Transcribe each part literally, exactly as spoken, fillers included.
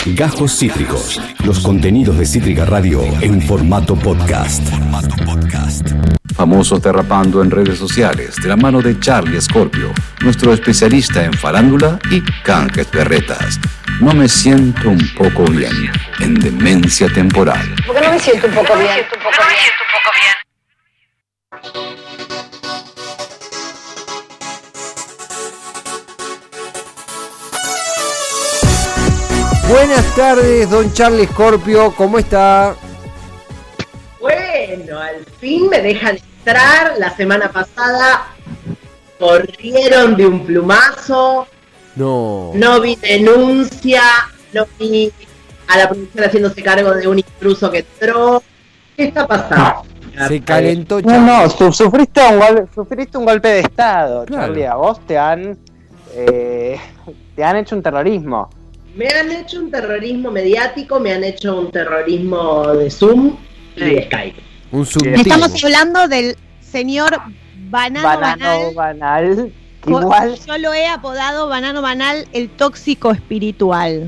Gajos Cítricos. Los contenidos de Cítrica Radio en formato podcast. Famosos derrapando en redes sociales de la mano de Charlie Scorpio, nuestro especialista en farándula y canjes berretas. No me siento un poco bien en demencia temporal. ¿Por qué no me siento un poco bien? Buenas tardes, don Charlie Scorpio, ¿cómo está? Bueno, al fin me dejan entrar. La semana pasada corrieron de un plumazo. No. No vi denuncia, no vi a la producción haciéndose cargo de un intruso que entró. ¿Qué está pasando? Se calentó, No, Charlie. no, su- sufriste, un gol- sufriste un golpe de estado, Claro. Charlie. A vos te han, eh, te han hecho un terrorismo. Me han hecho un terrorismo mediático, me han hecho un terrorismo de Zoom y de Skype. Un subtipo. Estamos hablando del señor Banano, Banano Banal. banal. Co- Igual, Yo lo he apodado Banano Banal, el tóxico espiritual.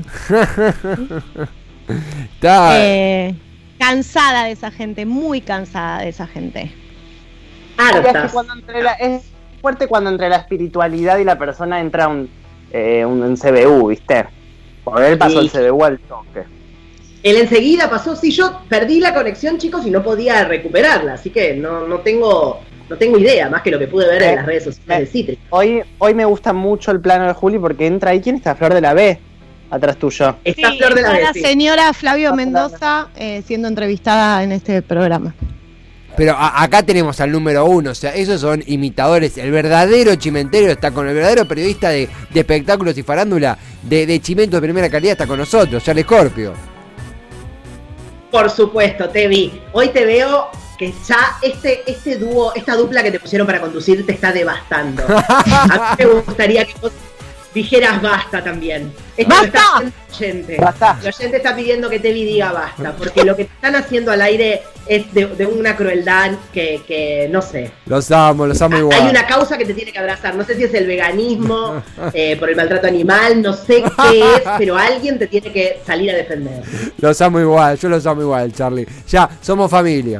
Está. Eh, cansada de esa gente, muy cansada de esa gente. es, que Hartas. cuando entre la- es fuerte cuando entre la espiritualidad y la persona entra un, eh, un, un C B U, ¿viste? Por él pasó Sí. el C B U al toque. Él enseguida pasó, sí, yo perdí la conexión, chicos, y no podía recuperarla, así que no, no tengo no tengo idea, más que lo que pude ver Eh, en las redes sociales eh. de Cítrica. Hoy, hoy me gusta mucho el plano de Juli porque entra ahí. ¿Quién está? Flor de la B, atrás tuyo. Está Sí, Flor de la está B, la sí. señora Flavio Está Mendoza eh, siendo entrevistada en este programa. Pero a- acá tenemos al número uno, o sea, esos son imitadores. El verdadero chimentero está con el verdadero periodista de, de espectáculos y farándula de, de chimento de primera calidad, está con nosotros, Charlie Scorpio. Por supuesto, te vi. Hoy te veo que ya este, este dúo, esta dupla que te pusieron para conducir te está devastando. A mí me gustaría que vos dijeras basta también. Esto lo está ¡Basta! haciendo el oyente. Basta. El oyente está pidiendo que Tevi diga basta, porque lo que te están haciendo al aire es de, de una crueldad que, que no sé. Los amo, los amo igual. Hay una causa que te tiene que abrazar. No sé si es el veganismo, eh, por el maltrato animal, no sé qué es, pero alguien te tiene que salir a defender. Los amo igual, yo los amo igual, Charlie. Ya, somos familia.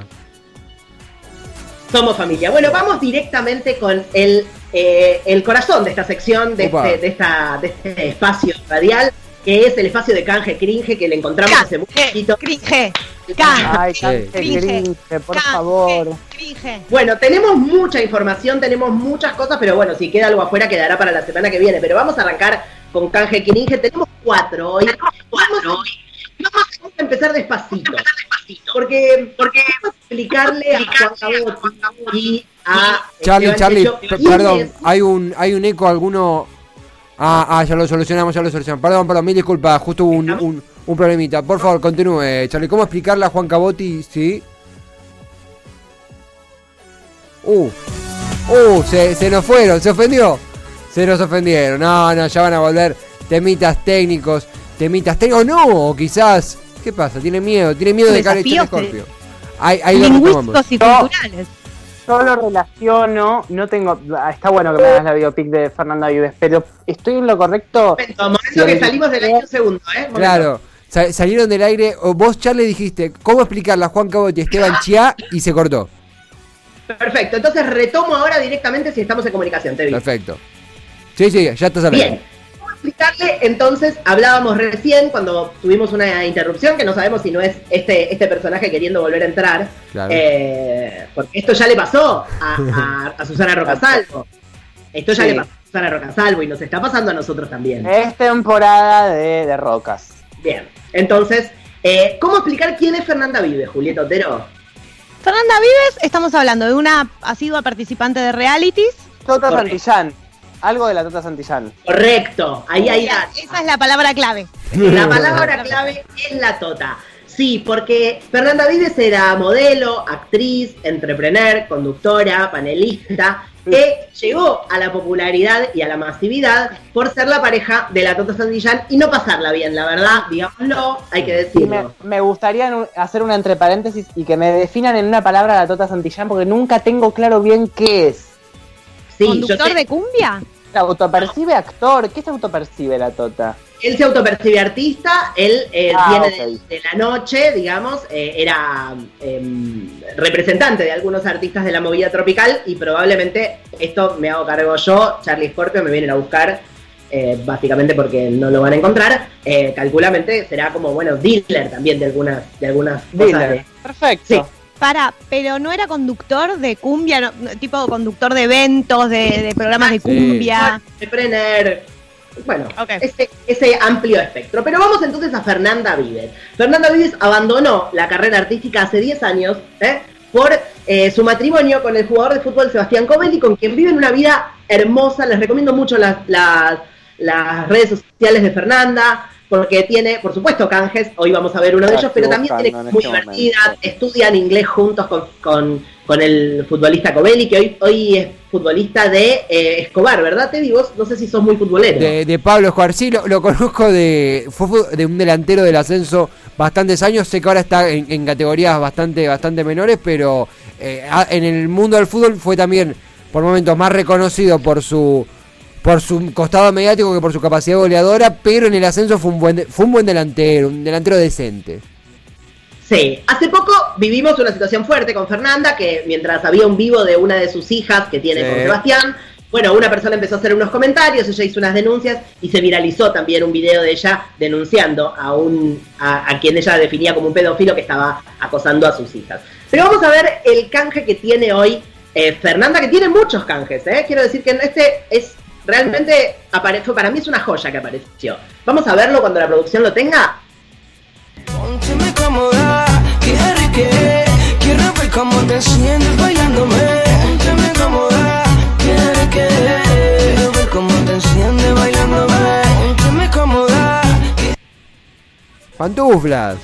Somos familia. Bueno, vamos directamente con el, eh, el corazón de esta sección, de Opa. este, de, esta, de este espacio radial, que es el espacio de canje cringe que le encontramos hace muy poquito. Cringe, canje, Ay, Sí. qué Cringe. cringe, por canje, favor. cringe. Bueno, tenemos mucha información, tenemos muchas cosas, pero bueno, si queda algo afuera quedará para la semana que viene. Pero vamos a arrancar con canje cringe. Tenemos cuatro hoy. Vamos a, vamos a empezar despacito. Porque, porque vamos a explicarle a Juan Cabotti y a Charlie, Esteban Charlie, Checho per- quién perdón, es. hay un hay un eco, alguno... Ah, ah, ya lo solucionamos, ya lo solucionamos. Perdón, perdón, mil disculpas, justo hubo un, un, un problemita. Por favor, continúe, Charlie. ¿Cómo explicarle a Juan Cabotti? Sí. Uh, uh, se, se nos fueron, se ofendió. Se nos ofendieron. No, no, ya van a volver temitas técnicos, temitas técnicos. No, quizás. ¿Qué pasa? Tiene miedo, tiene miedo de caer Desafíos Scorpio. Ahí, ahí lo retomamos. Lingüísticos y No. culturales. Yo lo relaciono, no tengo, está bueno que me hagas la biopic de Fernanda Vives, pero estoy en lo correcto. Momento, momento que salimos del aire un segundo, ¿eh? Momento. Claro, sa- salieron del aire. O vos, Charlie, dijiste, ¿cómo explicarle a Juan Cabotti y Esteban Chiá? Y se cortó. Perfecto, entonces retomo ahora directamente si estamos en comunicación, te digo. Perfecto. Sí, sí, ya estás hablando. Bien, ¿cómo explicarle? Entonces, hablábamos recién cuando tuvimos una interrupción, que no sabemos si no es este, este personaje queriendo volver a entrar, Claro. eh, porque esto ya le pasó a, a- a Susana Rocasalvo. Esto ya Sí. le pasó a Susana Rocasalvo y nos está pasando a nosotros también. Es temporada de, de rocas. Bien, entonces, eh, ¿cómo explicar quién es Fernanda Vives, Julieta Otero? Fernanda Vives, estamos hablando de una asidua participante de realities. Tota Correcto. Santillán. Algo de la Tota Santillán. Correcto, ahí hay Esa datos. esa es la palabra clave. La palabra clave es la tota. Sí, porque Fernanda Vives era modelo, actriz, entrepreneur, conductora, panelista, que llegó a la popularidad y a la masividad por ser la pareja de la Tota Santillán y no pasarla bien, la verdad, digámoslo, hay que Y me, decirlo. me gustaría nu- hacer una entre paréntesis y que me definan en una palabra la Tota Santillán porque nunca tengo claro bien qué es. Sí, yo ¿Conductor sé- de cumbia? ¿Se autopercibe actor? ¿Qué se autopercibe la Tota? él se autopercibe artista, él eh, Ah, viene ok. de, de la noche, digamos, eh, era eh, representante de algunos artistas de la movida tropical y probablemente, esto me hago cargo yo, Charlie Scorpio me vienen a buscar, eh, básicamente porque no lo van a encontrar, eh, calculamente será como, bueno, dealer también de algunas, de algunas cosas. Dealer. de- Perfecto. Sí. Para, pero no era conductor de cumbia, no, tipo conductor de eventos, de, de programas de Sí. cumbia. de Brenner, bueno, Ok. ese, ese amplio espectro. Pero vamos entonces a Fernanda Vives. Fernanda Vives abandonó la carrera artística hace diez años ¿eh? por eh, su matrimonio con el jugador de fútbol Sebastián Covelli, con quien viven una vida hermosa. Les recomiendo mucho las, las, las redes sociales de Fernanda, porque tiene, por supuesto, canjes. Hoy vamos a ver uno de La ellos, pero también estoy tiene buscando en muy este divertida. momento. Estudian inglés juntos con, con, con el futbolista Covelli, que hoy, hoy es futbolista de eh, Escobar, ¿verdad, Teddy? Vos no sé si sos muy futbolero. De, de Pablo Escobar, sí, lo, lo conozco de. Fue fu- de un delantero del ascenso bastantes años. Sé que ahora está en, en categorías bastante, bastante menores, pero eh, a- en el mundo del fútbol fue también por momentos más reconocido por su por su costado mediático que por su capacidad goleadora, pero en el ascenso fue un buen de- fue un buen delantero, un delantero decente. Sí, hace poco vivimos una situación fuerte con Fernanda, que mientras había un vivo de una de sus hijas que tiene Sí. con Sebastián, bueno, una persona empezó a hacer unos comentarios, ella hizo unas denuncias y se viralizó también un video de ella denunciando a un a, a quien ella definía como un pedófilo que estaba acosando a sus hijas. Pero vamos a ver el canje que tiene hoy eh, Fernanda, que tiene muchos canjes, ¿eh? Quiero decir que este es realmente, apareció, para mí es una joya que apareció. Vamos a verlo cuando la producción lo tenga. Pónteme cómoda, quiere que quiero ver cómo te sientes bailándome. Pónteme cómoda, quiere que quiero ver cómo te sientes bailándome. Pónteme cómoda. Pantuflas.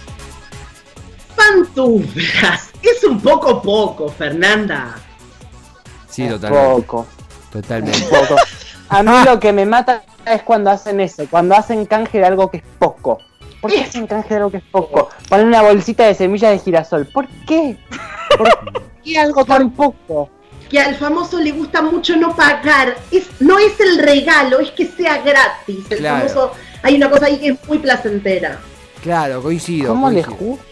Pantuflas. Es un poco poco, Fernanda. Sí, Es totalmente. Poco, Totalmente. poco. A mí lo que me mata es cuando hacen eso, cuando hacen canje de algo que es poco. ¿Por qué hacen canje de algo que es poco? Ponen una bolsita de semillas de girasol. ¿Por qué? ¿Por qué algo tan poco? Que al famoso le gusta mucho no pagar. Es, no es el regalo, es que sea gratis. El Claro. famoso, hay una cosa ahí que es muy placentera. Claro, coincido. ¿Cómo les coincido. gusta?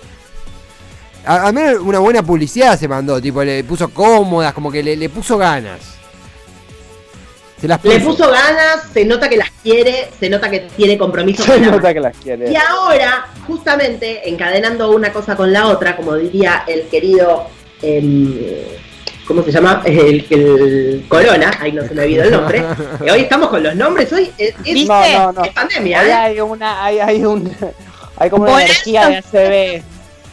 A, a mí una buena publicidad se mandó, tipo, le puso cómodas, como que le, le puso ganas. Se las puso. Le puso ganas, se nota que las quiere, se nota que tiene compromiso Se con la nota que las quiere. Y ahora, justamente, encadenando una cosa con la otra, como diría el querido, em, ¿cómo se llama? El, el Corona, ahí no se me ha olvidado el nombre. Y hoy estamos con los nombres, hoy es, es- No, no, no. es pandemia, Ahí ¿eh? hay una, hay, hay un, hay como una Volando. energía de A C B.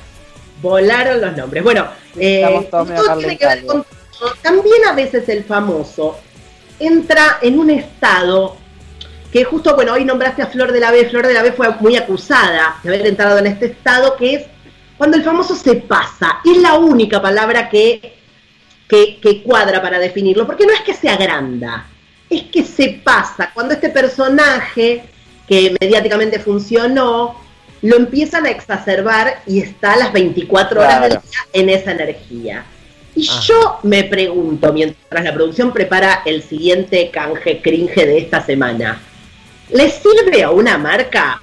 Volaron los nombres. Bueno, eh, Estamos todos medio todo tiene que ver con todo. También a veces el famoso entra en un estado que justo, bueno, hoy nombraste a Flor de la B. Flor de la B fue muy acusada de haber entrado en este estado, que es cuando el famoso se pasa. Es la única palabra que, que, que cuadra para definirlo, porque no es que se agranda, es que se pasa. Cuando este personaje que mediáticamente funcionó, lo empiezan a exacerbar y está a las veinticuatro horas Claro. del día en esa energía. Y Ah. yo me pregunto, mientras la producción prepara el siguiente canje cringe de esta semana, ¿le sirve a una marca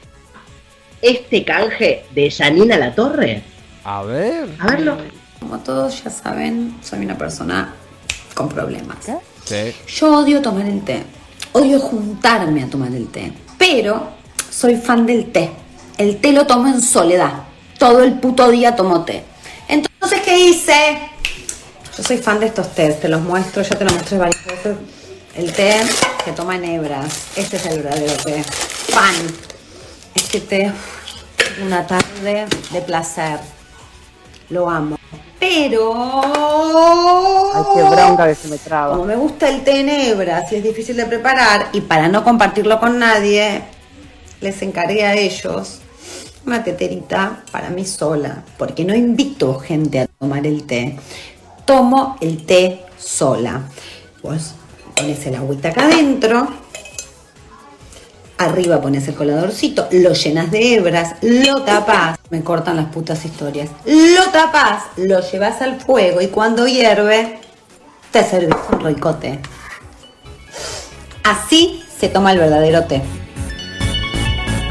este canje de Janina Latorre? A ver. A verlo. Como todos ya saben, soy una persona con problemas. Sí. Yo odio tomar el té, odio juntarme a tomar el té, pero soy fan del té. El té lo tomo en soledad, todo el puto día tomo té. Entonces, ¿qué hice? Yo soy fan de estos tés, te los muestro, ya te lo mostré varias veces. El té que toma en hebras, este es el verdadero té. Fan. Este té, una tarde de placer. Lo amo. Pero... Ay, qué bronca que se me traba. Como me gusta el té en hebras y es difícil de preparar, y para no compartirlo con nadie, les encargué a ellos una teterita para mí sola, porque no invito gente a tomar el té. Tomo el té sola. Vos pones el agüita acá adentro, arriba pones el coladorcito, lo llenas de hebras, lo tapás, me cortan las putas historias, lo tapás, lo llevas al fuego y cuando hierve, te servís un rico té. Así se toma el verdadero té.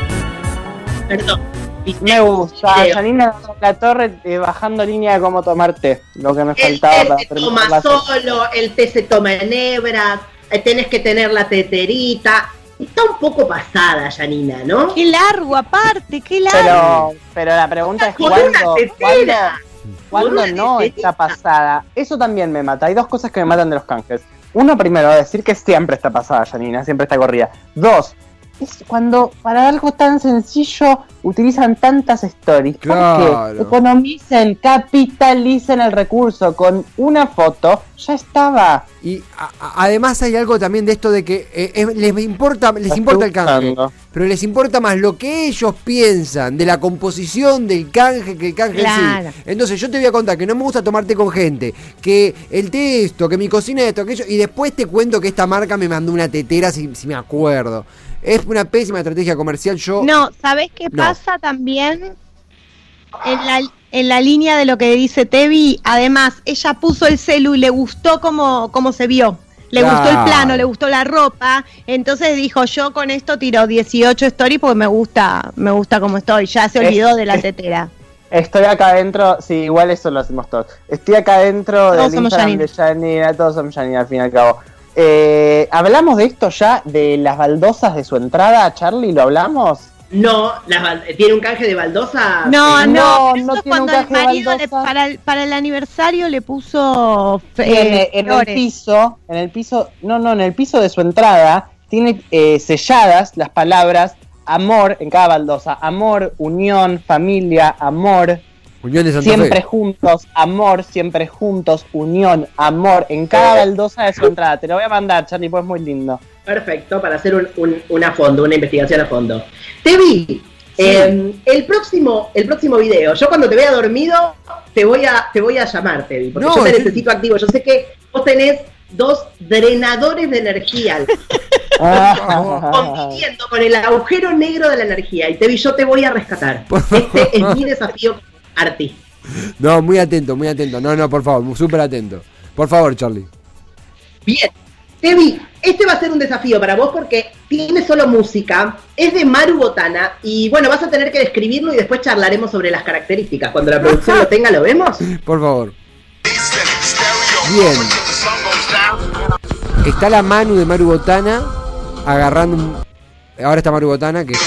Perdón. Me gusta. Video. Janina La Torre eh, bajando línea de cómo tomar té. Lo que me El faltaba té para se terminar toma la cena. solo, el té se toma en hebras, eh, tenés que tener la teterita. Está un poco pasada, Janina, ¿no? Qué largo, aparte, qué largo. Pero, pero la pregunta es Con cuándo, una cuándo, tetera. cuándo Con una no teterita. está pasada. Eso también me mata. Hay dos cosas que me matan de los canjes. Uno, primero, decir que siempre está pasada, Janina, siempre está corrida. Dos, es cuando para algo tan sencillo utilizan tantas stories. Claro. Porque economicen, capitalicen el recurso. Con una foto ya estaba. Y a- a- además hay algo también de esto de que eh, eh, les importa, les Estoy importa el canje, buscando. pero les importa más lo que ellos piensan de la composición del canje que el canje Claro. en sí. Entonces yo te voy a contar que no me gusta tomarte con gente, que el té esto, que mi cocina esto, aquello, y después te cuento que esta marca me mandó una tetera si, si me acuerdo. Es una pésima estrategia comercial. Yo No, ¿sabés qué No. pasa también? En la, en la línea de lo que dice Tevi, además, ella puso el celu y le gustó cómo, cómo se vio. Le Claro. gustó el plano, le gustó la ropa. Entonces dijo, yo con esto tiro dieciocho stories porque me gusta, me gusta cómo estoy. Ya se Es- olvidó de la es- tetera. Estoy acá adentro, sí, igual eso lo hacemos todos. Estoy acá adentro Todos del somos Instagram de Janina, todos somos Janina al fin y al cabo. Eh, ¿Hablamos de esto ya, de las baldosas de su entrada, Charlie? ¿Lo hablamos? No, las bal- ¿tiene un canje de baldosa? No, Eh, no, no, eso no es tiene un cuando el caje de marido le- baldosa. para, el, para el aniversario le puso eh, Tiene en el flores. piso, en el piso, no, no, en el piso de su entrada, tiene eh, selladas las palabras amor en cada baldosa. Amor, unión, familia, amor. Unión de Santa Siempre Fe. juntos, amor, siempre juntos, unión, amor, en cada baldosa de su entrada. Te lo voy a mandar, Charlie, pues es muy lindo. Perfecto, para hacer un, un- una fondo, una investigación a fondo. Tevi, eh, el próximo, el próximo video, yo cuando te vea dormido, te voy a, te voy a llamar, Tevi, porque No, yo te yo- necesito activo. Yo sé que vos tenés dos drenadores de energía compitiendo con el agujero negro de la energía. Y Tevi, yo te voy a rescatar. Por favor. Este es mi desafío artista. No, muy atento, muy atento. No, no, por favor, súper atento. Por favor, Charlie. Bien. Tevi, este va a ser un desafío para vos porque tiene solo música, es de Maru Botana y bueno, vas a tener que describirlo y después charlaremos sobre las características. Cuando la producción lo tenga, ¿lo vemos? Por favor. Bien. Está la Manu de Maru Botana agarrando un... Ahora está Maru Botana que es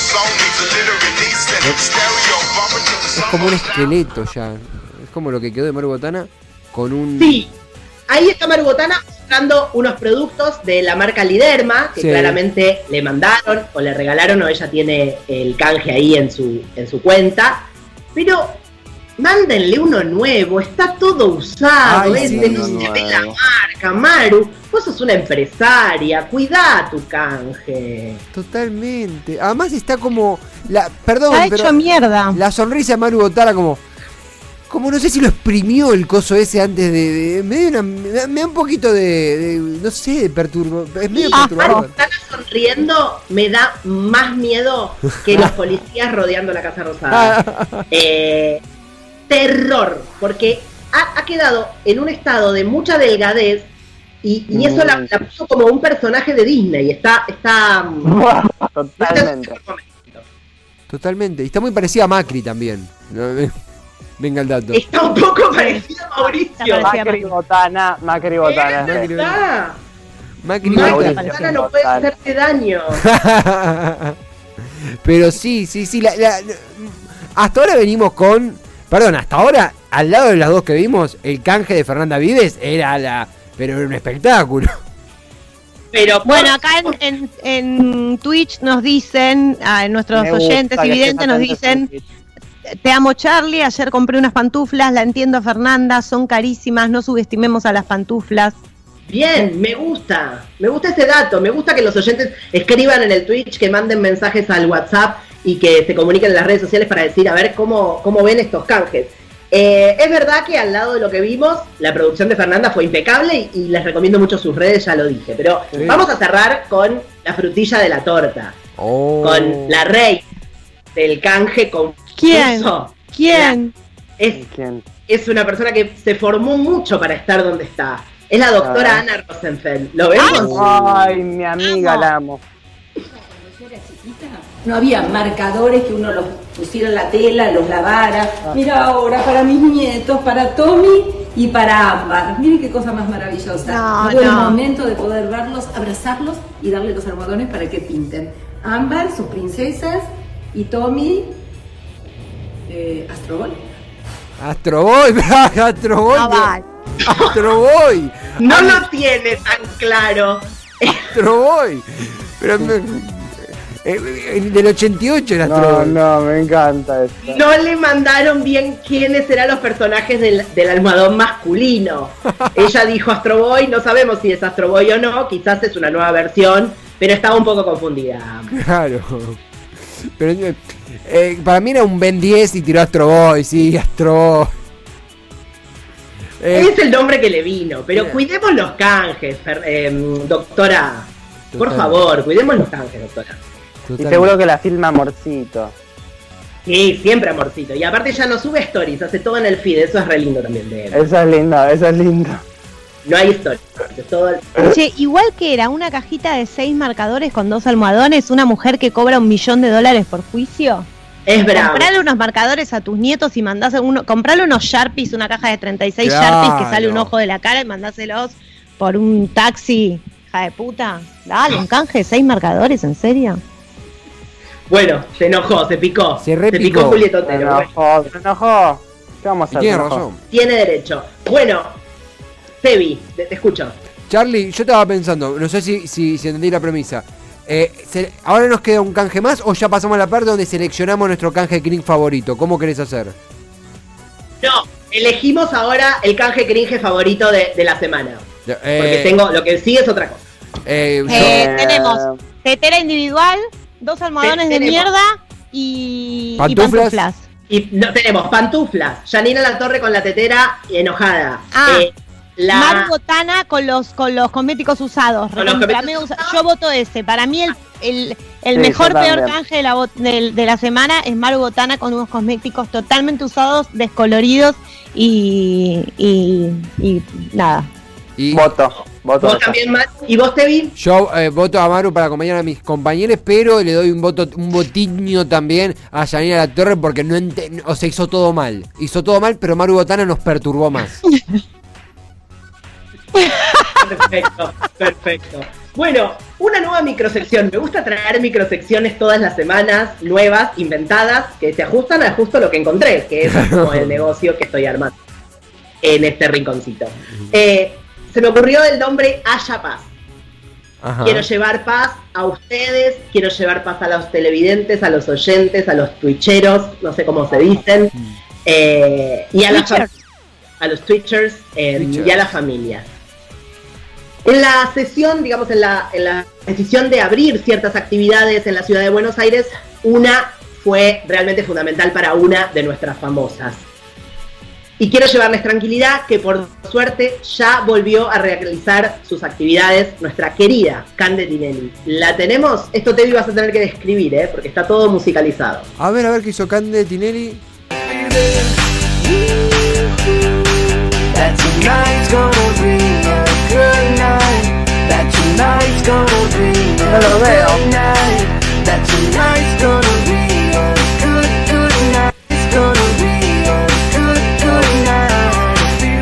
como un esqueleto ya. Es como lo que quedó de Maru Botana con un... Sí. Ahí está Maru Botana mostrando unos productos de la marca Liderma que Sí. claramente le mandaron o le regalaron o ella tiene el canje ahí en su, en su cuenta. Pero mándenle uno nuevo, está todo usado, Ay, este sí, no uno se ve la nuevo. marca, Maru. Vos sos una empresaria, cuidá tu canje. Totalmente. Además está como... La... Perdón, Está pero hecho mierda. la sonrisa de Maru Botana como... Como no sé si lo exprimió el coso ese antes de... de- me, dio una, me, da, me da un poquito de, de... No sé, de perturbo... Es medio Maru perturbador. Botana sonriendo me da más miedo que los policías rodeando la Casa Rosada. Eh, terror, porque ha, ha quedado en un estado de mucha delgadez y, y eso la, la puso como un personaje de Disney. Está, está, mm, Totalmente. Totalmente. Y está muy parecida a Macri también. ¿No? Venga el dato. está un poco parecido a Mauricio. Está parecido. Macri Botana, Macri Botana. Es sí. verdad. Macri Maru Mauricio. Botana no puede hacerte daño. Pero sí, sí, sí. la- la- hasta ahora venimos con... Perdón, hasta ahora, al lado de las dos que vimos, el canje de Fernanda Vives era la... Pero era un espectáculo. Pero Bueno, acá en, en, en Twitch nos dicen, a nuestros Me gusta oyentes que y videntes estés nos atento a dicen, eso. te amo Charlie, ayer compré unas pantuflas, la entiendo a Fernanda, son carísimas, no subestimemos a las pantuflas. bien, me gusta, me gusta ese dato, me gusta que los oyentes escriban en el Twitch, que manden mensajes al WhatsApp y que se comuniquen en las redes sociales para decir a ver cómo, cómo ven estos canjes. Eh, es verdad que al lado de lo que vimos, la producción de Fernanda fue impecable y, y les recomiendo mucho sus redes, ya lo dije. Pero Sí. vamos a cerrar con la frutilla de la torta, Oh. con la rey del canje con ¿Quién? ¿Quién? Es, ¿Quién? es una persona que se formó mucho para estar donde está. Es la doctora Ah. Ana Rosenfeld. ¿Lo vemos? Ay, mi amiga, Amo. la amo. no había marcadores que uno los pusiera en la tela, los lavara. Mira ahora, para mis nietos, para Tommy y para Ámbar. Miren qué cosa más maravillosa. No, Llegó no. el momento de poder verlos, abrazarlos y darle los almohadones para que pinten. Ámbar, sus princesas, y Tommy, eh, Astro Boy. Astro Boy, Astro Boy. No va. Astro Boy. No lo tiene tan claro. Astro Boy. Pero me- eh, del ochenta y ocho era Astro No, Boy. no, me encanta esto. No le mandaron bien quiénes eran los personajes del, del almohadón masculino. Ella dijo Astro Boy, no sabemos si es Astro Boy o no, quizás es una nueva versión, pero estaba un poco confundida. Claro. Pero eh, eh, para mí era un Ben diez y tiró Astro Boy, sí, Astro Boy. Eh, Es el nombre que le vino, pero Bien. cuidemos los canjes, Fer- eh, doctora. Por Total. favor, cuidemos los canjes, doctora. Y total. seguro que la filma Amorcito. Sí, siempre amorcito. Y aparte ya no sube stories, hace todo en el feed, eso es re lindo también de él. Eso es lindo, eso es lindo. No hay stories, es todo el... Che, igual que era una cajita de seis marcadores con dos almohadones, una mujer que cobra un millón de dólares por juicio. Es bravo. Comprale unos marcadores a tus nietos y mandás uno, comprale unos Sharpies, una caja de treinta y seis Claro. Sharpies que sale un ojo de la cara y mandáselos por un taxi, hija de puta. Dale, un canje de seis marcadores, ¿en serio? Bueno, se enojó, se picó. Se repicó. picó Julieta Se Otero. Bueno, enojó, se enojó. ¿Qué vamos a Y hacer? tiene Se enojó. razón. tiene derecho. Bueno, Tevi, te, te escucho. Charlie, yo estaba pensando, no sé si, si, si entendí la premisa. Eh, se- ¿Ahora nos queda un canje más o ya pasamos a la parte donde seleccionamos nuestro canje cringe favorito? ¿Cómo querés hacer? No, elegimos ahora el canje cringe favorito de, de la semana. Porque Eh, tengo, lo que sigue es otra cosa. eh, yo- Eh, Eh, tenemos tetera individual, dos almohadones Te- de tenemos. mierda y y Pantuflas. pantuflas. Y no, tenemos pantuflas, Janina La Torre con la tetera enojada. Ah. Eh, la... Maru Botana con los con los cosméticos usados. Con los Recontra cosméticos me usa- usados. Yo voto ese. Para mí el, el, el Sí, mejor yo peor también. canje de la, bot- del- de la semana es Maru Botana con unos cosméticos totalmente usados, descoloridos y, y, y nada. y Voto, voto. Vos esa. también, Matt. ¿Y vos, Tevi? yo eh, voto a Maru para acompañar a mis compañeros, pero le doy un voto, un votiño también a Janina La Torre porque no ente- o sea, hizo todo mal. Hizo todo mal, pero Maru Botana nos perturbó más. Perfecto, perfecto. Bueno, una nueva microsección. Me gusta traer microsecciones todas las semanas, nuevas, inventadas, que se ajustan a justo lo que encontré, que es como el negocio que estoy armando en este rinconcito. Eh, se me ocurrió el nombre Haya Paz. Ajá. Quiero llevar paz a ustedes, quiero llevar paz a los televidentes, a los oyentes, a los twitcheros, no sé cómo se dicen, eh, y a, la fam- Twitchers. a los twitchers eh, Twitchers. y a la familia. En la sesión, digamos, en la, en la decisión de abrir ciertas actividades en la ciudad de Buenos Aires, una fue realmente fundamental para una de nuestras famosas. Y quiero llevarles tranquilidad que por suerte ya volvió a realizar sus actividades nuestra querida Cande Tinelli. ¿La tenemos? Esto te vas a tener que describir, ¿eh? Porque está todo musicalizado. A ver, a ver qué hizo Cande Tinelli. That tonight's gonna be a good night. That tonight's gonna be a No lo veo. good night. That tonight's gonna be a good, good night. It's gonna be a good, good night.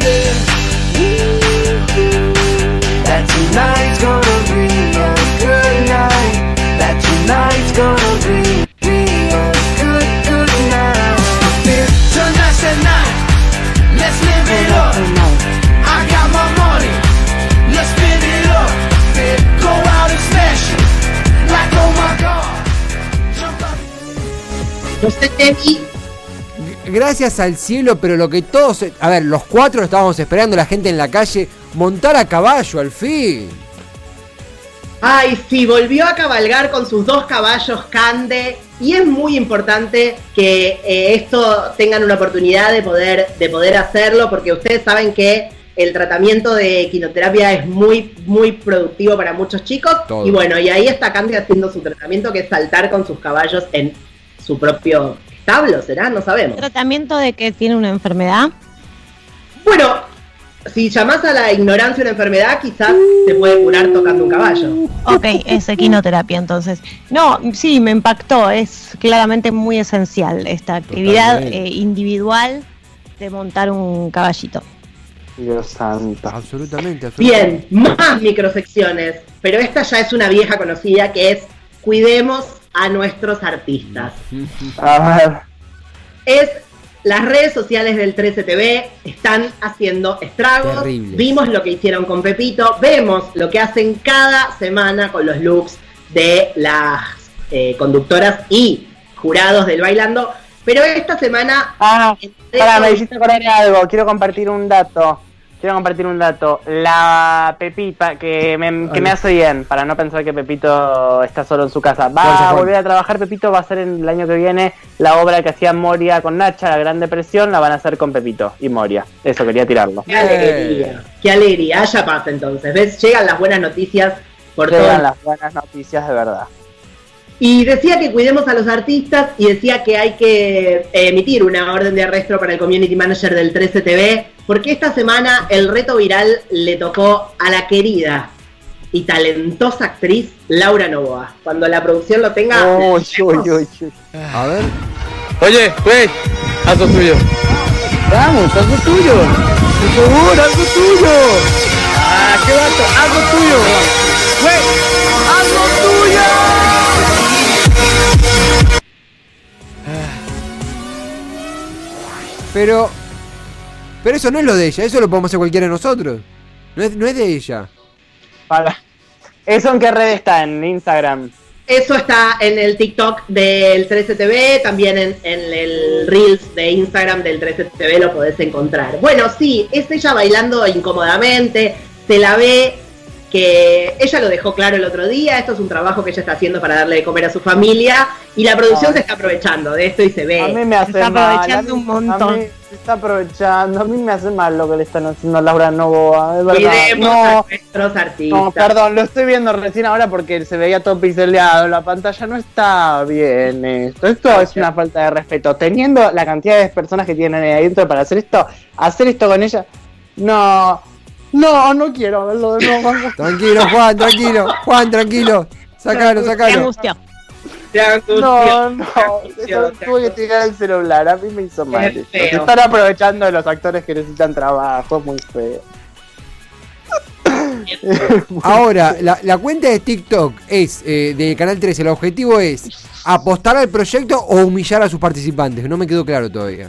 That tonight's gonna be a good night. That tonight's gonna be, be a good, good night. Tonight's the night. Let's live it up. I got my money. Let's spin it up. Go out and smash it. Like oh my god. Jump up. No sé, Tevi, Gracias al cielo, pero lo que todos... A ver, los cuatro estábamos esperando, la gente en la calle, montar a caballo al fin. ay, sí, volvió a cabalgar con sus dos caballos Cande y es muy importante que eh, esto tengan una oportunidad de poder, de poder hacerlo porque ustedes saben que el tratamiento de equinoterapia es muy, muy productivo para muchos chicos. Todo. Y bueno, y ahí está Cande haciendo su tratamiento que es saltar con sus caballos en su propio establo, ¿será? No sabemos. ¿Tratamiento de que tiene una enfermedad? Bueno, si llamás a la ignorancia una enfermedad, quizás se puede curar tocando un caballo. Ok, es equinoterapia entonces. No, sí, me impactó. Es claramente muy esencial esta actividad eh, individual de montar un caballito. Dios santo. Absolutamente, absolutamente. Bien, más microsecciones, pero esta ya es una vieja conocida que es cuidemos a nuestros artistas. A ver. Es las redes sociales del trece T V están haciendo estragos. Terribles. Vimos lo que hicieron con Pepito, vemos lo que hacen cada semana con los looks de las eh, conductoras y jurados del Bailando, pero esta semana... Ah, pará, me hiciste acordar de algo, quiero compartir un dato. Quiero compartir un dato. La Pepita, que me, que me hace bien, para no pensar que Pepito está solo en su casa. Va a volver a trabajar, Pepito va a hacer en el año que viene la obra que hacía Moria con Nacha, La Gran Depresión, la van a hacer con Pepito y Moria. Eso, quería tirarlo. Qué alegría, qué alegría, haya paz entonces. ¿Ves? Llegan las buenas noticias por todo. Llegan las buenas noticias de verdad. Y decía que cuidemos a los artistas y decía que hay que emitir una orden de arresto para el community manager del trece T V, porque esta semana el reto viral le tocó a la querida y talentosa actriz Laura Novoa. Cuando la producción lo tenga... Uy, uy, uy, uy. A ver. Oye, güey, haz lo tuyo. Vamos, haz lo tuyo. Por favor, haz lo tuyo. Ah, qué vato, haz lo tuyo. Güey, haz lo tuyo. Pero, pero eso no es lo de ella, eso lo podemos hacer cualquiera de nosotros. No es, no es de ella. Para. ¿Eso en qué red está? ¿En Instagram? Eso está en el TikTok del trece T V, también en, en el Reels de Instagram del trece T V lo podés encontrar. Bueno, sí, es ella bailando incómodamente, se la ve que ella lo dejó claro el otro día, esto es un trabajo que ella está haciendo para darle de comer a su familia y la producción se está aprovechando de esto y se ve. A mí me hace Se está mal, aprovechando a mí- un montón. a mí se está aprovechando, a mí me hace mal lo que le están haciendo a Laura Novoa, es verdad. Cuidemos a No, nuestros artistas. no, perdón, lo estoy viendo recién ahora porque se veía todo pixeleado, la pantalla no está bien esto, esto es una falta de respeto. Teniendo la cantidad de personas que tienen ahí adentro para hacer esto, hacer esto con ella, no, no, no quiero verlo de nuevo. Tranquilo, Juan, tranquilo. Juan, tranquilo. Sacalo, Qué sacalo. angustia. Te angustió, No, no, te angustió, eso te tuve que tirar el celular, a mí me hizo mal. Es esto. feo. Se están aprovechando de los actores que necesitan trabajo, es muy feo. Ahora, la, la cuenta de TikTok es eh, de Canal trece. El objetivo es apostar al proyecto o humillar a sus participantes. No me quedó claro todavía.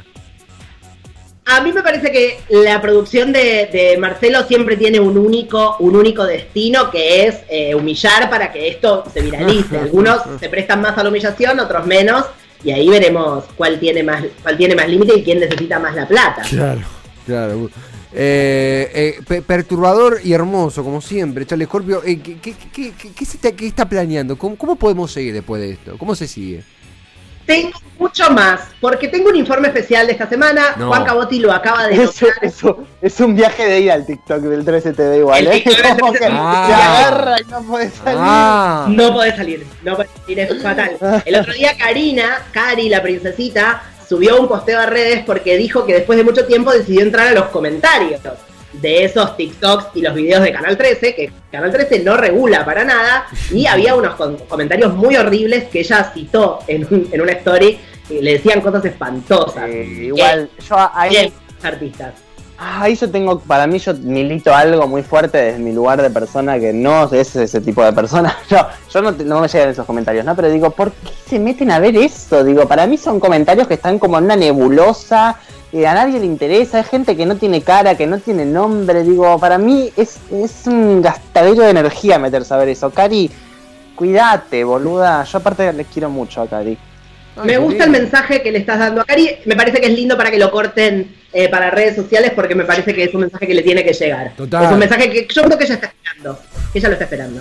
A mí me parece que la producción de, de Marcelo siempre tiene un único, un único destino, que es eh, humillar para que esto se viralice. Algunos se prestan más a la humillación, otros menos, y ahí veremos cuál tiene más, cuál tiene más límite y quién necesita más la plata. Claro, claro. Eh, eh, pe- perturbador y hermoso, como siempre, Charlie Scorpio. Eh, ¿qué, qué, qué, qué- qué se está, qué está planeando? ¿Cómo, ¿Cómo podemos seguir después de esto? ¿Cómo se sigue? Tengo mucho más, porque tengo un informe especial de esta semana. No. Juan Cabotti lo acaba de Eso, nombrar. eso, es un viaje de ida al TikTok del trece T V igual, El ¿eh? TikTok del Como que trece te Ah. agarra y no podés salir. Ah, No podés salir, no podés salir, es fatal. El otro día Karina, Cari, la princesita, subió un posteo a redes porque dijo que después de mucho tiempo decidió entrar a los comentarios de esos TikToks y los videos de Canal trece, que Canal trece no regula para nada, y había unos con- comentarios muy horribles que ella citó en, un- en una story, y le decían cosas espantosas. Eh, igual, yo ahí, Bien, artistas. ah, ahí yo tengo, para mí yo milito algo muy fuerte desde mi lugar de persona que no es ese tipo de persona. Yo, yo no, te- no me llegan esos comentarios, ¿no? Pero digo, ¿por qué se meten a ver eso? Digo, para mí son comentarios que están como en una nebulosa, que a nadie le interesa, es gente que no tiene cara, que no tiene nombre. Digo, para mí es, es un gastadero de energía meterse a ver eso. Cari, cuídate, boluda. Yo aparte les quiero mucho a Cari. Me gusta el mensaje que le estás dando a Cari. Me parece que es lindo para que lo corten eh, para redes sociales, porque me parece que es un mensaje que le tiene que llegar. Total. Es un mensaje que yo creo que ella está esperando. Que ella lo está esperando.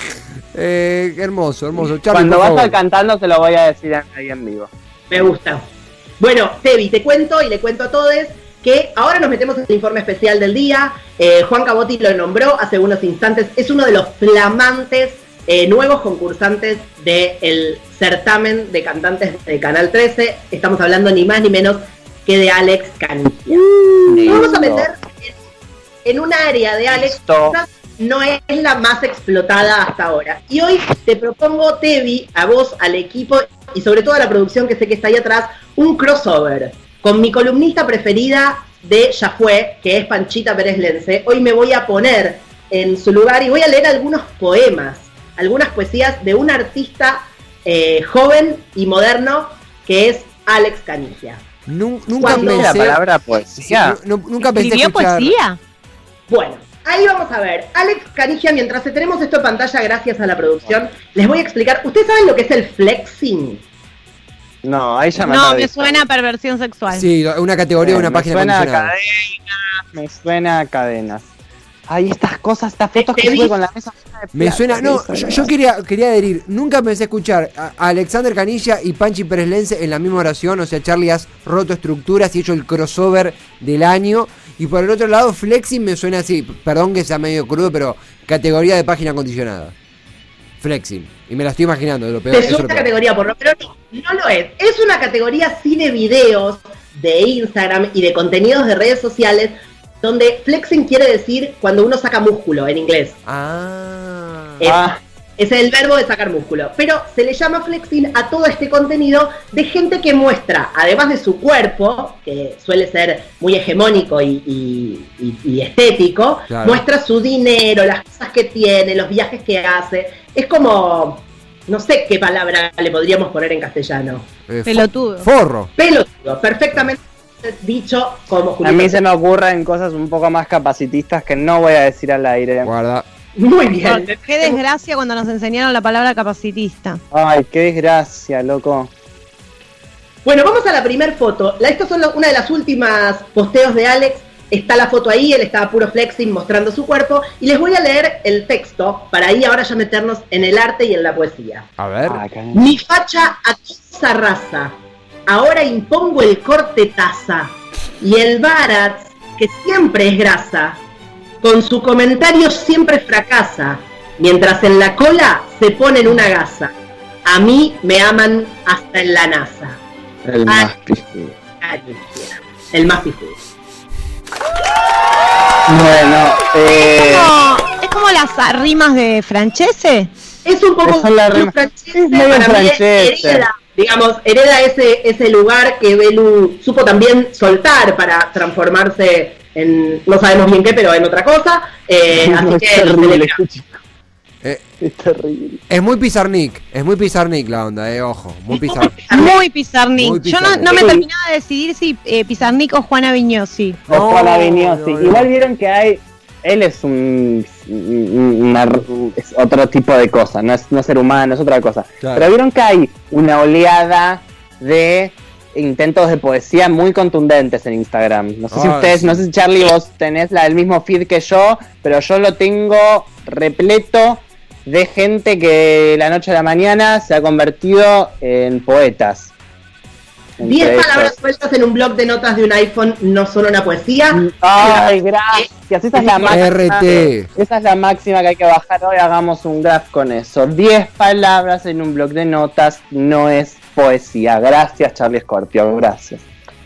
eh, hermoso, hermoso. Charlie, Cuando por vas a favor. estar cantando te lo voy a decir ahí en vivo. Me gusta. Bueno, Tevi, te cuento y le cuento a todos que ahora nos metemos en el informe especial del día. Eh, Juan Cabotti lo nombró hace unos instantes. Es uno de los flamantes eh, nuevos concursantes del certamen de cantantes de Canal trece. Estamos hablando ni más ni menos que de Alex Canigia. Nos vamos a meter en en un área de Alex Listo. no es la más explotada hasta ahora. Y hoy te propongo, Tevi, a vos, al equipo y sobre todo a la producción que sé que está ahí atrás, un crossover con mi columnista preferida de Ya Fue, que es Panchita Pérez Lence. Hoy me voy a poner en su lugar y voy a leer algunos poemas, algunas poesías de un artista eh, joven y moderno que es Alex Canigia. Nun- nunca Cuando- pensé... La palabra poesía. nu- nu- nunca pensé ¿Escribió escuchar... poesía? Bueno, ahí vamos a ver. Alex Canigia, mientras tenemos esto en pantalla gracias a la producción, les voy a explicar. ¿Ustedes saben lo que es el flexing? No, ahí ya me No, perdí. me suena a perversión sexual. Sí, una categoría de una me página suena a condicionada. cadenas, me suena a cadenas. Ay, estas cosas, estas fotos Te- que te sube vi- con la mesa llena de Me plata, suena, no, me yo, suena. yo quería, quería adherir, nunca pensé escuchar a, a Alexander Canilla y Panchi Pérez Lence en la misma oración, o sea, Charlie has roto estructuras y hecho el crossover del año, y por el otro lado, Flexing me suena así, perdón que sea medio crudo, pero categoría de página acondicionada. Flexing, y me la estoy imaginando, de lo peor. Te eso es suena lo peor. categoría porno, pero no, no lo es. Es una categoría cine videos de Instagram y de contenidos de redes sociales, donde flexing quiere decir cuando uno saca músculo en inglés. Ah, Es, Ah. es el verbo de sacar músculo. Pero se le llama flexing a todo este contenido de gente que muestra, además de su cuerpo, que suele ser muy hegemónico y, y- y- y estético, Claro. muestra su dinero, las cosas que tiene, los viajes que hace. Es como, no sé qué palabra le podríamos poner en castellano. eh, fo- Pelotudo. Forro. Pelotudo, perfectamente dicho como A Julieta. mí se me ocurren cosas un poco más capacitistas que no voy a decir al aire. Guarda. Muy bien. Qué desgracia cuando nos enseñaron la palabra capacitista. Ay, qué desgracia, loco. Bueno, vamos a la primer foto. La, estas son la- una de las últimas posteos de Alex. Está la foto ahí, él estaba puro flexing mostrando su cuerpo. Y les voy a leer el texto para ahí ahora ya meternos en el arte y en la poesía. A ver. Ah, acá. Mi facha a toda esa raza. Ahora impongo el corte taza. Y el Baratz, que siempre es grasa, con su comentario siempre fracasa. Mientras en la cola se ponen una gasa. A mí me aman hasta en la NASA. El más pijudo. Ay, quisiera. El más pijudo. Bueno, eh, Como- es como las rimas de Francese. Es un poco Son las un rimas. francese, Es medio para mí francese. hereda, digamos, hereda ese, ese lugar que Belu supo también soltar para transformarse en, no sabemos bien qué, pero en otra cosa. Eh, así es que lo terrible, celebra. chico. Eh, Es terrible. es muy Pizarnik, es muy Pizarnik la onda, eh, ojo, muy Pizarnik. Muy Pizarnik. Muy Yo no, Pizarnik. no me terminaba de decidir si eh, Pizarnik o Juana Viñosi. O No, Juan Aviñosi. no, no. Igual vieron que hay. Él es un. una- es otro tipo de cosa. No es, no es ser humano, es otra cosa. Claro. Pero vieron que hay una oleada de intentos de poesía muy contundentes en Instagram. No sé si Ah, ustedes, sí. no sé si Charlie vos tenés la del mismo feed que yo, pero yo lo tengo repleto de gente que de la noche a la mañana se ha convertido en poetas. Entre Diez ellos. palabras sueltas en un blog de notas de un iPhone no son una poesía. Ay, gracias. Esa es la máxima. R T. Esa es la máxima que hay que bajar hoy. Hagamos un graph con eso. Diez palabras en un blog de notas no es poesía. Gracias, Charlie Scorpio. Gracias.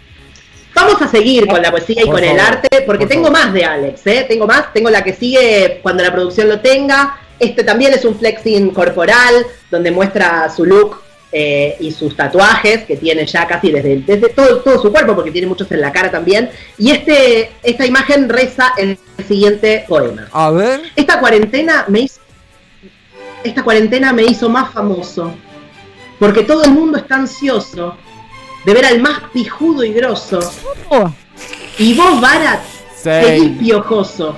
Vamos a seguir con la poesía y Por con el favor, arte, porque por tengo favor. más de Alex, ¿eh? Tengo más, tengo la que sigue cuando la producción lo tenga. Este también es un flexing corporal, donde muestra su look eh, y sus tatuajes, que tiene ya casi desde, desde todo, todo su cuerpo, porque tiene muchos en la cara también. Y este esta imagen reza el siguiente poema. A ver. Esta cuarentena me hizo, esta cuarentena me hizo más famoso, porque todo el mundo está ansioso de ver al más pijudo y grosso. Oh, Y vos, Barat, Sí. seguís piojoso.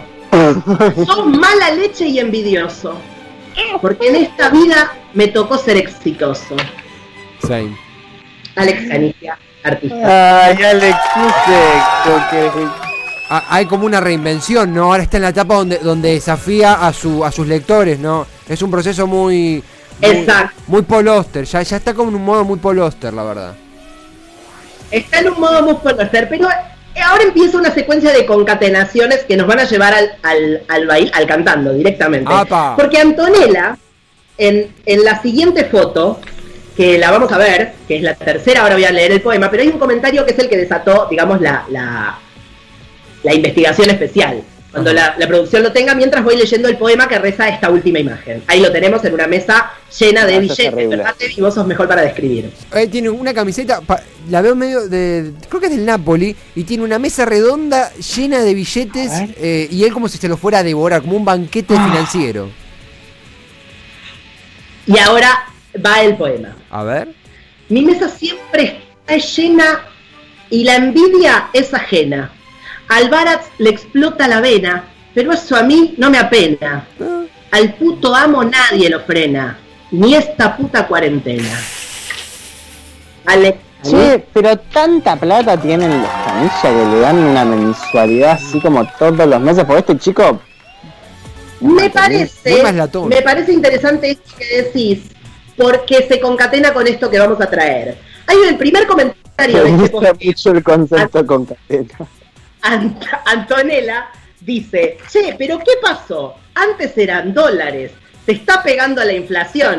Sos mala leche y envidioso. Porque en esta vida me tocó ser exitoso. Same. Alex Canigia, artista. Ay, Alex, qué sexo, Ah, hay como una reinvención, ¿no? Ahora está en la etapa donde, donde desafía a su a sus lectores, ¿no? Es un proceso muy... muy Exacto. Muy Paul Auster, ya, ya está como en un modo muy Paul Auster, la verdad. Está en un modo muy conocer, pero ahora empieza una secuencia de concatenaciones que nos van a llevar al, al, al baile, al cantando directamente. ¡Apa! Porque Antonella, en, en la siguiente foto, que la vamos a ver, que es la tercera, ahora voy a leer el poema, pero hay un comentario que es el que desató, digamos, la, la, la investigación especial. cuando la, la producción lo tenga, mientras voy leyendo el poema que reza esta última imagen. Ahí lo tenemos en una mesa llena de Ah, eso es billetes, terrible. ¿verdad, Tevi? Vos sos mejor para describir. Eh, tiene una camiseta, pa- la veo medio de. Creo que es del Napoli. Y tiene una mesa redonda llena de billetes. A ver. eh, y él como si se lo fuera a devorar, como un banquete financiero. Y ahora va el poema. A ver. Mi mesa siempre está llena y la envidia es ajena. Al Baratz le explota la vena, pero eso a mí no me apena. Al puto amo nadie lo frena, ni esta puta cuarentena. Alex, Che, pero tanta plata tienen los Canilla que le dan una mensualidad así como todos los meses. Por este chico, me muy parece, más latón. me parece interesante esto que decís, porque se concatena con esto que vamos a traer. Hay el primer comentario me de este gusta post. mucho el concepto con cadena. Ant- Antonella dice, che, pero ¿qué pasó? Antes eran dólares, se está pegando a la inflación.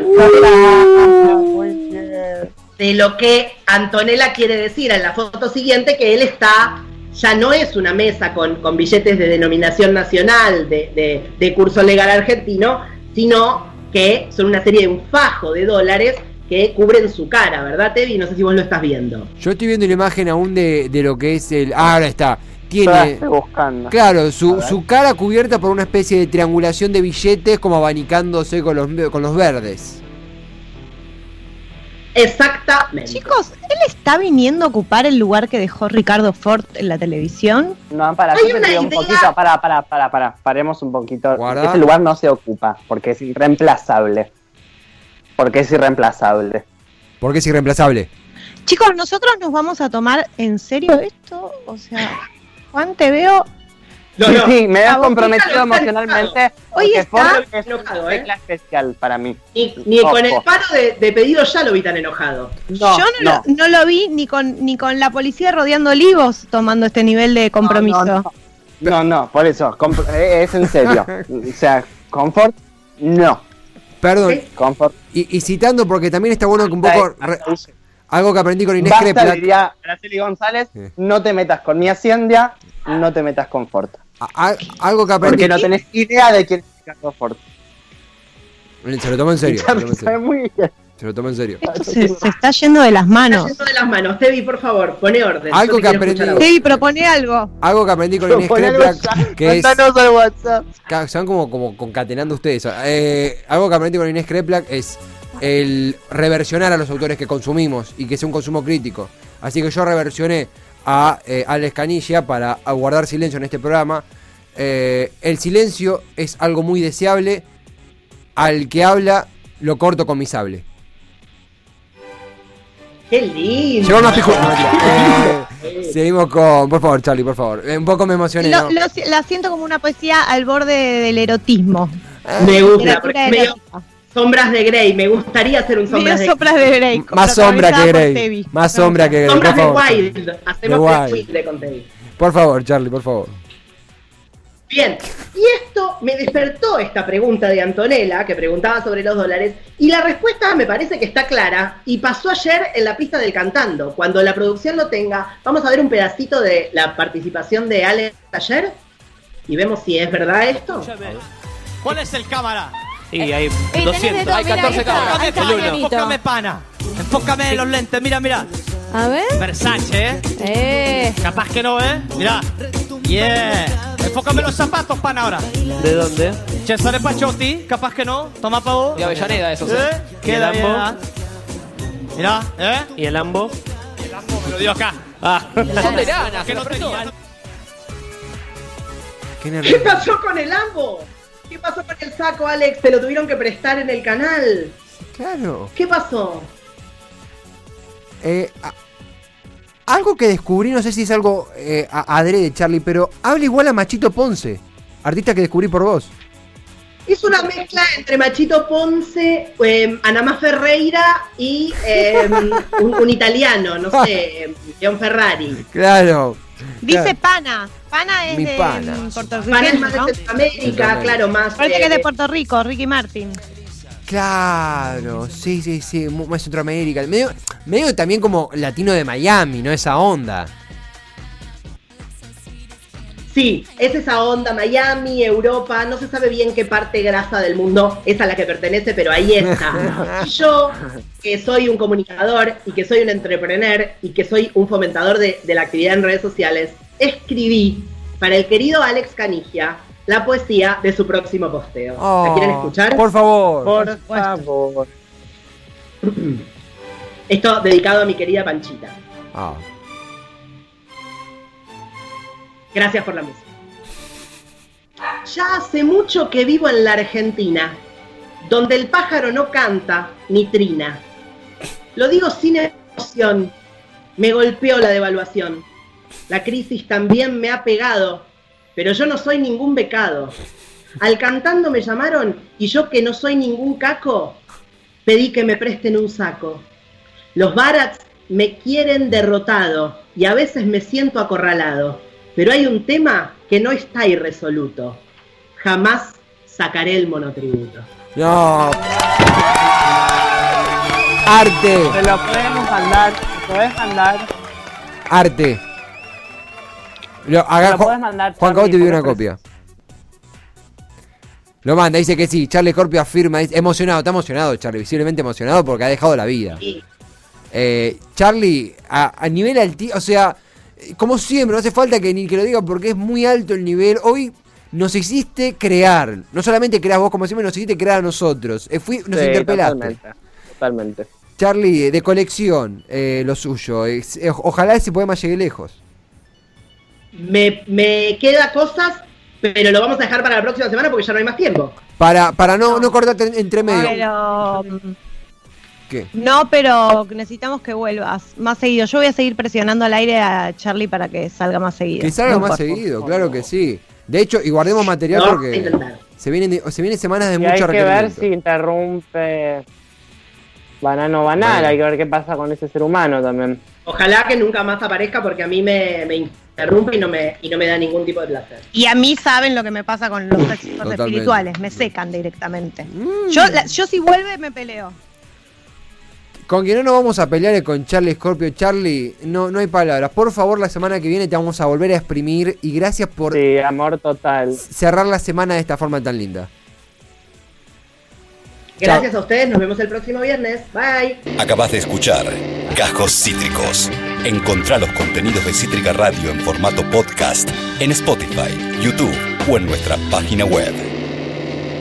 De lo que Antonella quiere decir en la foto siguiente, que él está, ya no es una mesa con, con billetes de denominación nacional, de, de, de curso legal argentino, sino que son una serie de un fajo de dólares que cubren su cara, ¿verdad, Tevi? No sé si vos lo estás viendo. Yo estoy viendo la imagen aún de, de lo que es el. Ah, ahora está. Yo la Tiene. estoy buscando. Claro, su, A ver. su cara cubierta por una especie de triangulación de billetes, como abanicándose con los, con los verdes. Exactamente. Chicos, ¿él está viniendo a ocupar el lugar que dejó Ricardo Ford en la televisión? No, para, Hay yo te una digo un idea- poquito, para, para, para, para, paremos un poquito. Guarda. Ese lugar no se ocupa, porque es irreemplazable. Porque es irreemplazable. Porque es irreemplazable. Chicos, ¿nosotros nos vamos a tomar en serio esto? O sea, Juan, te veo... No, sí, no. sí, me La has boquita comprometido no está emocionalmente. Hoy Porque está Ford es enojado, una ¿eh? tecla especial para mí. Ni, ni Ojo. con el paro de, de pedido ya lo vi tan enojado. No, Yo no, no. Lo, no lo vi ni con ni con la policía rodeando olivos tomando este nivel de compromiso. No, no, no, no, no, por eso, compr- eh, es en serio. O sea, confort, no. Perdón. ¿Sí? Confort. Y, y citando, porque también está bueno que un poco. re- algo que aprendí con Inés Basta, Kreplak. diría Araceli González, Sí. no te metas con mi Hacienda, no te metas con Ford. a- a- algo que aprendí. Porque no tenés idea de quién es Ricardo Ford. Se lo tomó en serio. Se lo tomó en Sabe serio. muy bien. Se lo tomó en serio. Esto se, se está yendo de las Está manos. yendo de las manos. Tevi, por favor, pone orden. Algo Yo te que quiero aprendí- escuchar a vos. Sí, propone algo. Algo que aprendí con Inés Ponelo Kreplak. ya, Que es. mándanos al WhatsApp. Ca- Se van como, como concatenando ustedes. Eh, algo que aprendí con Inés Kreplak es el reversionar a los autores que consumimos y que sea un consumo crítico. Así que yo reversioné a eh, Alex Canilla para a guardar silencio en este programa. Eh, el silencio es algo muy deseable. Al que habla, lo corto con mi sable. Qué lindo. Llegó más pijo. No, mentira. Eh, seguimos con. Por favor, Charlie, por favor. Eh, un poco me emocioné. Lo, ¿no? lo si- la siento como una poesía al borde del erotismo. Me gusta. Literatura Medio erótica. sombras de Grey. Me gustaría hacer un sombras Medio de sopras de Grey. Más sombra que protagonizada por Grey. Tevi. Más sombra que Grey. Sombras Por de favor. Wild. Hacemos De de Wild. Wild con Tevi. Por favor, Charlie, por favor. Bien, y esto me despertó esta pregunta de Antonella, que preguntaba sobre los dólares, y la respuesta me parece que está clara, y pasó ayer en la pista del Cantando. Cuando la producción lo tenga, vamos a ver un pedacito de la participación de Alex ayer, y vemos si es verdad esto. ¿Cuál es el cámara? Sí, hay tenés doscientos. de todo, Hay mira, catorce ahí está, cámaras. ahí está, El uno. Marianito. Enfócame, pana. Enfócame en los lentes, mira, mira. A ver. Versace, ¿eh? Eh. Capaz que no, ¿eh? Mira. Yeah. Enfócame los zapatos, pana, ahora. ¿De dónde? Cesare Pachotti, capaz que no. Toma pa' vos. De Avellaneda, eso, sí. ¿Eh? ¿Y el Queda bien, Lambo? ¿ah? Mira, ¿eh? ¿Y el Lambo? El Lambo me lo dio acá. Ah, son de lana, Que se no lo prestó. tenía. Qué ¿Qué nervioso. pasó con el Lambo? ¿Qué pasó con el saco, Alex? ¿Te lo tuvieron que prestar en el canal? Claro. ¿Qué pasó? Eh, a- algo que descubrí, no sé si es algo eh, a- adrede, Charlie, pero habla igual a Machito Ponce, artista que descubrí por vos. Es una mezcla entre Machito Ponce, eh, Anamá Ferreira y eh, un, un italiano, no sé, Leon Ferrari. Claro. Dice Claro. Pana. Pana es Mi de pana. mm, Para el puertorriqueño, más ¿no? de Centroamérica, Centroamérica. claro, más. Parece eh, que es de Puerto Rico, Ricky Martin. Claro, sí, sí, sí, mu- más Centroamérica. Medio, medio también como latino de Miami, ¿no? Esa onda. Sí, es esa onda, Miami, Europa, no se sabe bien qué parte grasa del mundo es a la que pertenece, pero ahí está. Y yo, que soy un comunicador y que soy un entrepreneur y que soy un fomentador de, de la actividad en redes sociales, escribí para el querido Alex Canigia la poesía de su próximo posteo. Oh, ¿La quieren escuchar? Por favor. Por favor. Esto dedicado a mi querida Panchita. Ah. Gracias por la música. Ya hace mucho que vivo en la Argentina, donde el pájaro no canta ni trina. Lo digo sin emoción, me golpeó la devaluación. La crisis también me ha pegado, pero yo no soy ningún becado. Al cantando me llamaron y yo, que no soy ningún caco, pedí que me presten un saco. Los barats me quieren derrotado y a veces me siento acorralado. Pero hay un tema que no está irresoluto. Jamás sacaré el monotributo. No. Arte. Te lo podemos mandar, te podés mandar. Arte. Lo, haga, lo podés mandar, Juan Cabo te Charlie, pidió una por copia. Lo manda, dice que sí. Charlie Scorpio afirma, dice, emocionado, está emocionado Charlie, visiblemente emocionado porque ha dejado la vida. Sí. Eh, Charlie, a, a nivel alto, o sea, como siempre, no hace falta que ni que lo diga porque es muy alto el nivel. Hoy nos hiciste crear, no solamente creas vos como siempre, nos hiciste crear a nosotros. Eh, fui, nos Sí, interpelaste. Totalmente, totalmente. Charlie, de colección, eh, lo suyo. Eh, ojalá ese poema llegue lejos. Me, me queda cosas, pero lo vamos a dejar para la próxima semana porque ya no hay más tiempo. Para, para no, no cortarte entre medio. Pero, ¿Qué? no, pero necesitamos que vuelvas más seguido. Yo voy a seguir presionando al aire a Charlie para que salga más seguido. Que salga No más importa. seguido, claro que sí. De hecho, y guardemos material No, porque se vienen, se vienen semanas de Y mucho hay que ver requerimiento. si interrumpe Banano Banal, Bueno. hay que ver qué pasa con ese ser humano también. Ojalá que nunca más aparezca porque a mí me, me interrumpe y no me, y no me da ningún tipo de placer. Y a mí saben lo que me pasa con los éxitos Totalmente. espirituales, me secan directamente. Yo, la- yo si vuelve me peleo. Con quien no nos vamos a pelear es con Charlie Scorpio. Charlie, no, no hay palabras. Por favor, la semana que viene te vamos a volver a exprimir. Y gracias por Sí, amor total. cerrar la semana de esta forma tan linda. Gracias a ustedes, nos vemos el próximo viernes. Bye. Acabas de escuchar Gajos Cítricos. Encontrá los contenidos de Cítrica Radio en formato podcast en Spotify, YouTube o en nuestra página web.